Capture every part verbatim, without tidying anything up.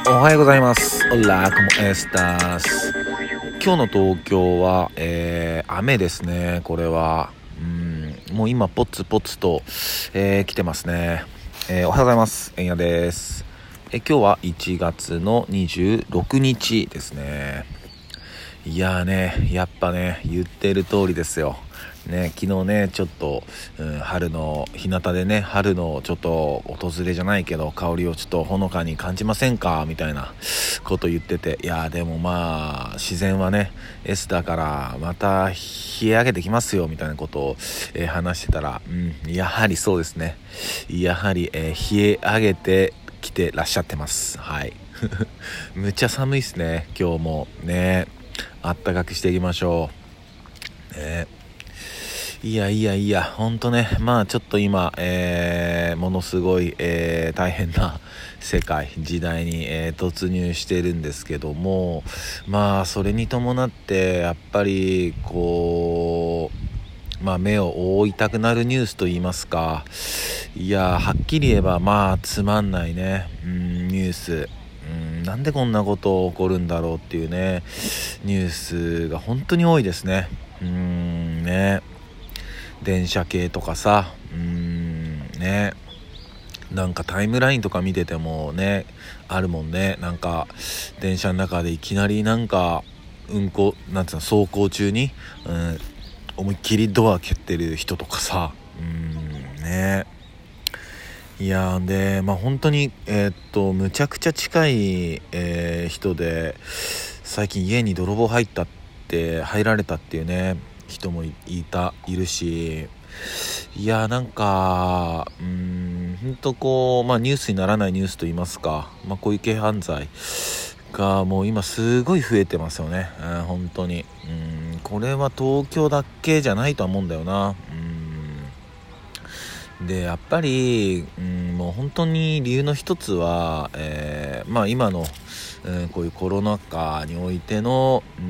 おはようございます。オラコモエスタス。今日の東京は、えー、雨ですね。これはうんもう今ポツポツと、えー、来てますね。えー、おはようございます。えんやです。えー、今日はいちがつのにじゅうろくにちですね。いやーね、やっぱね、言ってる通りですよ。ね、昨日ね、ちょっと、うん、春の日向でね、春のちょっと訪れじゃないけど香りをちょっとほのかに感じませんかみたいなこと言ってて、いやーでもまあ自然はねエスだからまた冷え上げてきますよみたいなことを、えー、話してたら、うん、やはりそうですね。やはり、えー、冷え上げてきてらっしゃってます。はいむっちゃ寒いっすね。今日もね、あったかくしていきましょうね。いやいやいや、ほんとね、まあちょっと今、えー、ものすごい、えー、大変な世界、時代に、えー、突入してるんですけども、まあそれに伴ってやっぱりこう、まあ目を覆いたくなるニュースと言いますか、いやはっきり言えばまあつまんないね、うん、ニュース。うん、なんでこんなこと起こるんだろうっていうねニュースが本当に多いですね。うーんね電車系とかさ、うーんねなんかタイムラインとか見ててもねあるもんね。なんか電車の中でいきなりなんか運行なんていうの走行中に、うん、思いっきりドア蹴ってる人とかさ、うーんねいやーでまあ本当にえー、っとむちゃくちゃ近い、えー、人で最近家に泥棒入ったって入られたっていうね人もいたいるし、いやーなんかうーんほんとこうまあニュースにならないニュースと言いますか、まあこういう軽犯罪がもう今すごい増えてますよね。うん、本当にうんこれは東京だけじゃないとは思うんだよな。うんでやっぱり、うん、もう本当に理由の一つは、えー、まあ今の、うん、こういうコロナ禍においての、うん、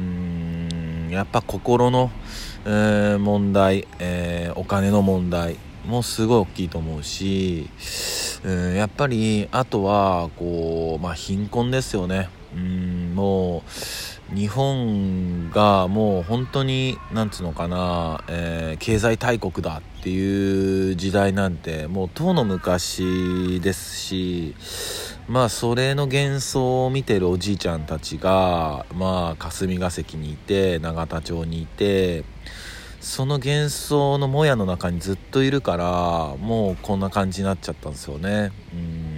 やっぱ心の、えー、問題、えー、お金の問題もすごい大きいと思うし、うん、やっぱりあとはこう、まあ、貧困ですよね。うんもう日本がもう本当になんつうのかな、えー、経済大国だっていう時代なんてもうとうの昔ですし、まあそれの幻想を見てるおじいちゃんたちがまあ霞が関にいて永田町にいて、その幻想のもやの中にずっといるからもうこんな感じになっちゃったんですよね。うん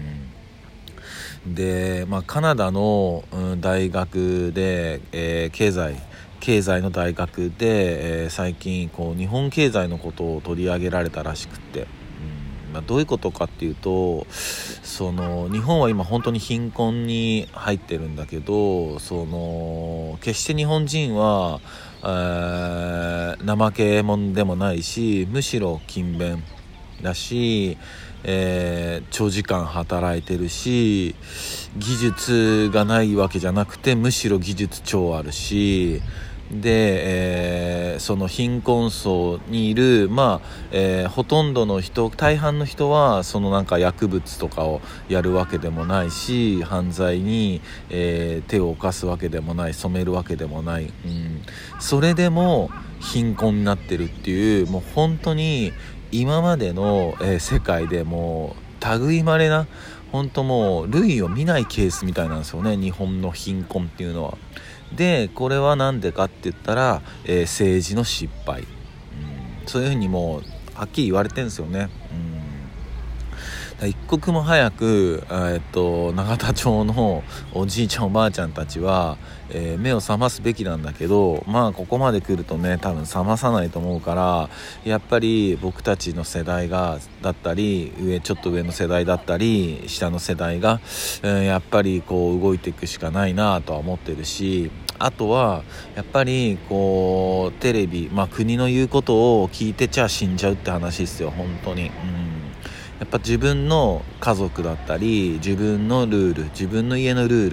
で、まあ、カナダの、うん、大学で、えー、経済経済の大学で、えー、最近こう日本経済のことを取り上げられたらしくって、うんまあ、どういうことかっていうと、その日本は今本当に貧困に入ってるんだけど、その決して日本人は、えー、怠け者でもないし、むしろ勤勉だし、えー、長時間働いてるし、技術がないわけじゃなくてむしろ技術超あるし、で、えー、その貧困層にいる、まあえー、ほとんどの人大半の人はそのなんか薬物とかをやるわけでもないし、犯罪に、えー、手を犯すわけでもない、染めるわけでもない、うん、それでも貧困になってるっていう、もう本当に今までの、えー、世界でもう類まれな本当もう類を見ないケースみたいなんですよね、日本の貧困っていうのは。でこれはなんでかって言ったら、えー、政治の失敗、うん、そういうふうにもうはっきり言われてるんですよね。うん一刻も早く、えー、っと永田町のおじいちゃんおばあちゃんたちは、えー、目を覚ますべきなんだけど、まあここまで来るとね多分覚まさないと思うから、やっぱり僕たちの世代がだったり上ちょっと上の世代だったり下の世代が、えー、やっぱりこう動いていくしかないなとは思ってるし、あとはやっぱりこうテレビ、まあ国の言うことを聞いてちゃ死んじゃうって話ですよ本当に。うんやっぱ自分の家族だったり自分のルール、自分の家のルール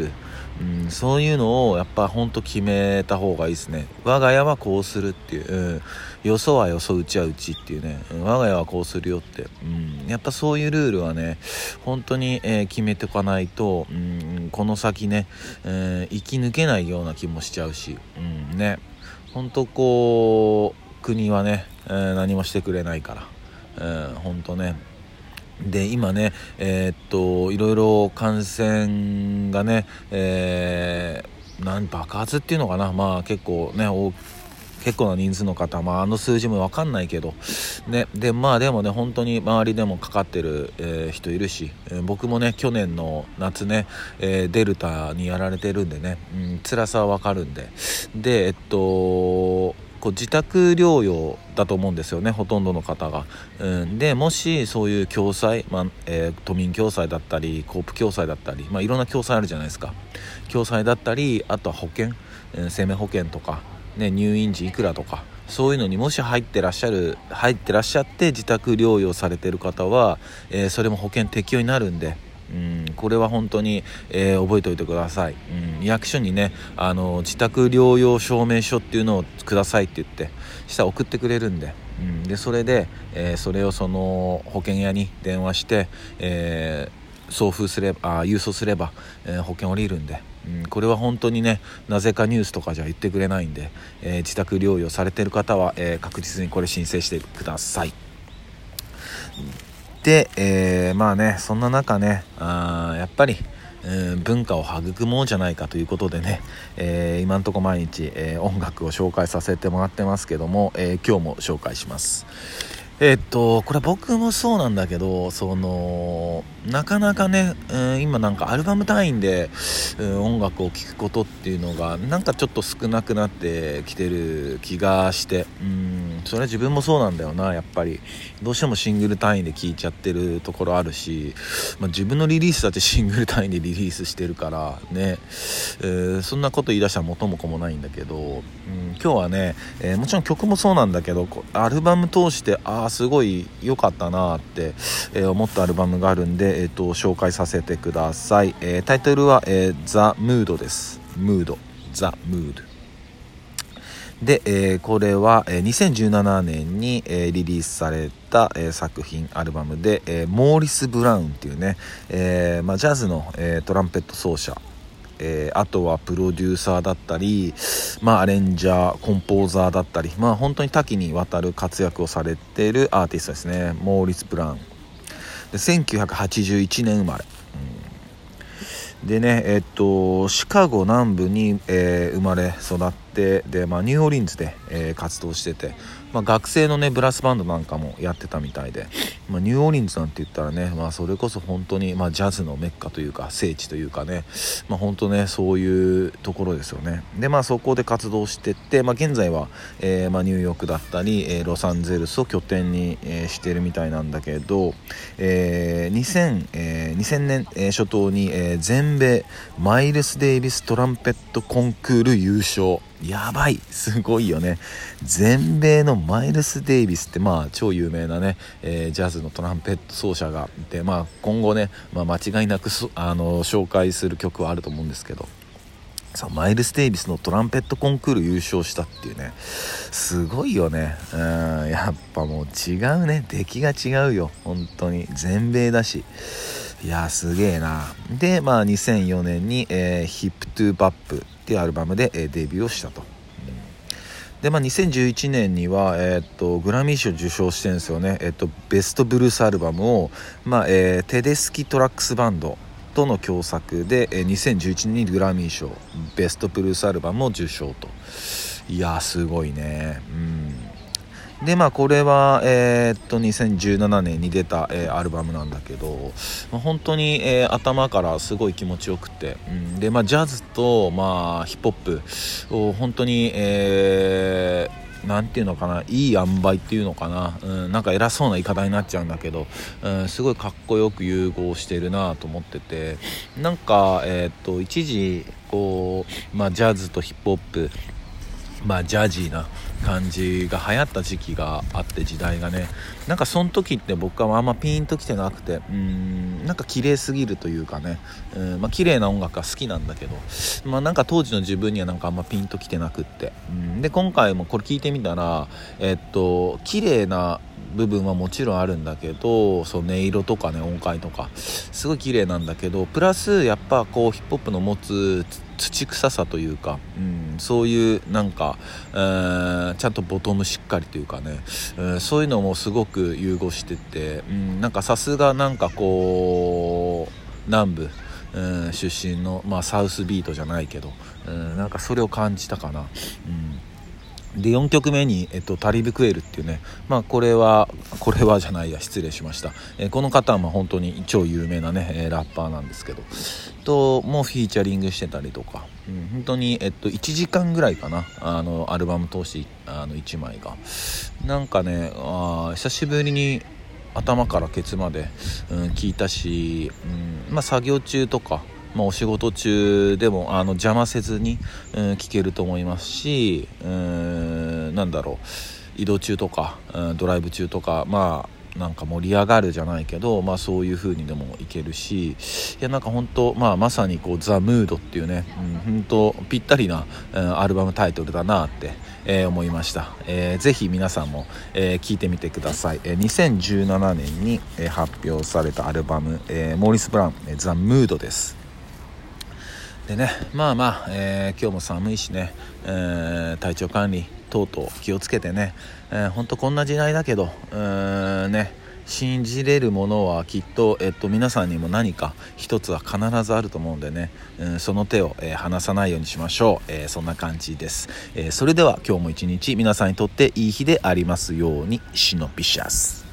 うん、そういうのをやっぱほんと決めた方がいいですね。我が家はこうするっていう、うん、よそはよそ、うちはうちっていうね、うん、我が家はこうするよって、うん、やっぱそういうルールはね本当に、えー、決めておかないと、うん、この先ね、えー、生き抜けないような気もしちゃうし、うん、ね、本当こう国はね、えー、何もしてくれないから、うん、本当ね。で今ねえー、っといろいろ感染がね、えー、なん爆発っていうのかな、まあ結構ね大結構な人数の方、まあ、あの数字も分かんないけど、ね、でまあでもね本当に周りでもかかってる、えー、人いるし、えー、僕もね去年の夏ね、えー、デルタにやられてるんでね、うん、辛さは分かるんで、でえっとこう自宅療養だと思うんですよね、ほとんどの方が、うん、でもしそういう共済、まあえー、都民共済だったりコープ共済だったり、まあ、いろんな共済あるじゃないですか。共済だったりあとは保険、えー、生命保険とかね、入院時いくらとかそういうのにもし入ってらっしゃる入ってらっしゃって自宅療養されてる方は、えー、それも保険適用になるんで、うん、これは本当に、えー、覚えておいてください、うん、役所にねあの自宅療養証明書っていうのをくださいって言ってしたら送ってくれるんで、うん、でそれで、えー、それをその保険屋に電話して、えー、送付すればあ郵送すれば、えー、保険降りるんで、うん、これは本当にねなぜかニュースとかじゃ言ってくれないんで、えー、自宅療養されてる方は、えー、確実にこれ申請してください。で、えー、まあねそんな中ねあやっぱり、うん、文化を育もうじゃないかということでね、えー、今んとこ毎日、えー、音楽を紹介させてもらってますけども、えー、今日も紹介します。えー、っとこれ僕もそうなんだけどそのなかなかね、うん、今なんかアルバム単位で、うん、音楽を聴くことっていうのがなんかちょっと少なくなってきてる気がして、うん、それは自分もそうなんだよな。やっぱりどうしてもシングル単位で聴いちゃってるところあるし、まあ、自分のリリースだってシングル単位でリリースしてるからね、えー、そんなこと言い出したら元も子もないんだけど、うん、今日はね、えー、もちろん曲もそうなんだけどアルバム通してあーすごい良かったなって、えー、思ったアルバムがあるんで、えー、と紹介させてください。えー、タイトルは、えー、ザ・ムードです。ムードザ・ムードで、えー、これは、えー、にせんじゅうななねんに、えー、リリースされた、えー、作品アルバムで、えー、モーリス・ブラウンっていうね、えーまあ、ジャズの、えー、トランペット奏者、えー、あとはプロデューサーだったり、まあ、アレンジャーコンポーザーだったり、まあ、本当に多岐にわたる活躍をされているアーティストですね。モーリス・ブラウンでせんきゅうひゃくはちじゅういちねん生まれ、うん、でねえっとシカゴ南部に、えー、生まれ育ってで、まあ、ニューオーリンズで、えー、活動してて、まあ、学生のねブラスバンドなんかもやってたみたいで、まあ、ニューオーリンズなんて言ったらね、まあ、それこそ本当に、まあ、ジャズのメッカというか聖地というかね、まあ、本当ねそういうところですよね。でまあそこで活動してって、まあ、現在は、えーまあ、ニューヨークだったり、えー、ロサンゼルスを拠点に、えー、してるみたいなんだけど、えー、にせん、えー、にせんねん、えー、初頭に、えー、全米マイルス・デイビストランペットコンクール優勝。やばいすごいよね。全米のマイルス・デイビスってまあ超有名なね、えー、ジャズのトランペット奏者がいて、まあ、今後ね、まあ、間違いなくあの紹介する曲はあると思うんですけど、さマイルス・デイビスのトランペットコンクール優勝したっていうね、すごいよね。うん、やっぱもう違うね、出来が違うよ本当に。全米だし、いやすげえな。でまあにせんよねんに、えー、ヒップトゥーバップっていうアルバムで、えー、デビューをしたと。でまあ、にせんじゅういちねんには、えー、っとグラミー賞受賞してるんですよね。えー、っとベストブルースアルバムを、まあえー、テデスキトラックスバンドとの共作で、えー、にせんじゅういちねんにグラミー賞ベストブルースアルバムを受賞と。いやすごいね。うんでまあこれは、えー、っとにせんじゅうななねんに出た、えー、アルバムなんだけど、まあ、本当に、えー、頭からすごい気持ちよくて、うん、でまあジャズと、まあ、ヒップホップを本当に、えー、なんていうのかな、いい塩梅っていうのかな、うん、なんか偉そうな言い方になっちゃうんだけど、うん、すごいかっこよく融合してるなと思ってて、なんか、えー、っと一時こう、まあ、ジャズとヒップホップまあジャジーな感じが流行った時期があって、時代がね、なんかその時って僕はあんまピンときてなくて、うーんなんか綺麗すぎるというかね、うんまあ綺麗な音楽が好きなんだけど、まあなんか当時の自分にはなんかあんまピンときてなくって、うんで今回もこれ聞いてみたら、えっと綺麗な部分はもちろんあるんだけど、そう音色とかね、音階とかすごい綺麗なんだけど、プラスやっぱこうヒップホップの持つ土臭さというか、うん、そういうなんか、えー、ちゃんとボトムしっかりというかね、えー、そういうのもすごく融合してて、うん、なんかさすがなんかこう南部、うん、出身の、まあ、サウスビートじゃないけど、うん、なんかそれを感じたかな。うんでよんきょくめに、えっと、タリブ・クエルっていうね、まあこれはこれはじゃないや失礼しました、えー、この方はまあ本当に超有名なね、えー、ラッパーなんですけどともうフィーチャリングしてたりとか、うん、本当に、えっと、いちじかんぐらいかな、あのアルバム通しあのいちまいがなんかね、あ久しぶりに頭からケツまで、うん、聞いたし、うんまあ、作業中とかまあ、お仕事中でもあの邪魔せずに、うん、聞けると思いますし、うん、なんだろう移動中とか、うん、ドライブ中とかまあなんか盛り上がるじゃないけど、まあ、そういう風にでもいけるし、いやなんか本当、まあ、まさにこうザ・ムードっていうね、うん、本当ぴったりな、うん、アルバムタイトルだなって、えー、思いました。えー、ぜひ皆さんも、えー、聞いてみてください。えー、にせんじゅうななねんに、えー、発表されたアルバム、えー、モーリス・ブラウン、えー、ザ・ムードです。でね、まあまあ、えー、今日も寒いしね、えー、体調管理等々気をつけてね、えー、ほんとこんな時代だけど、うーんね、信じれるものはきっと、えっと、皆さんにも何か一つは必ずあると思うんでね、うん、その手を、えー、離さないようにしましょう。えー、そんな感じです。えー、それでは今日も一日皆さんにとっていい日でありますように。シノピシャス。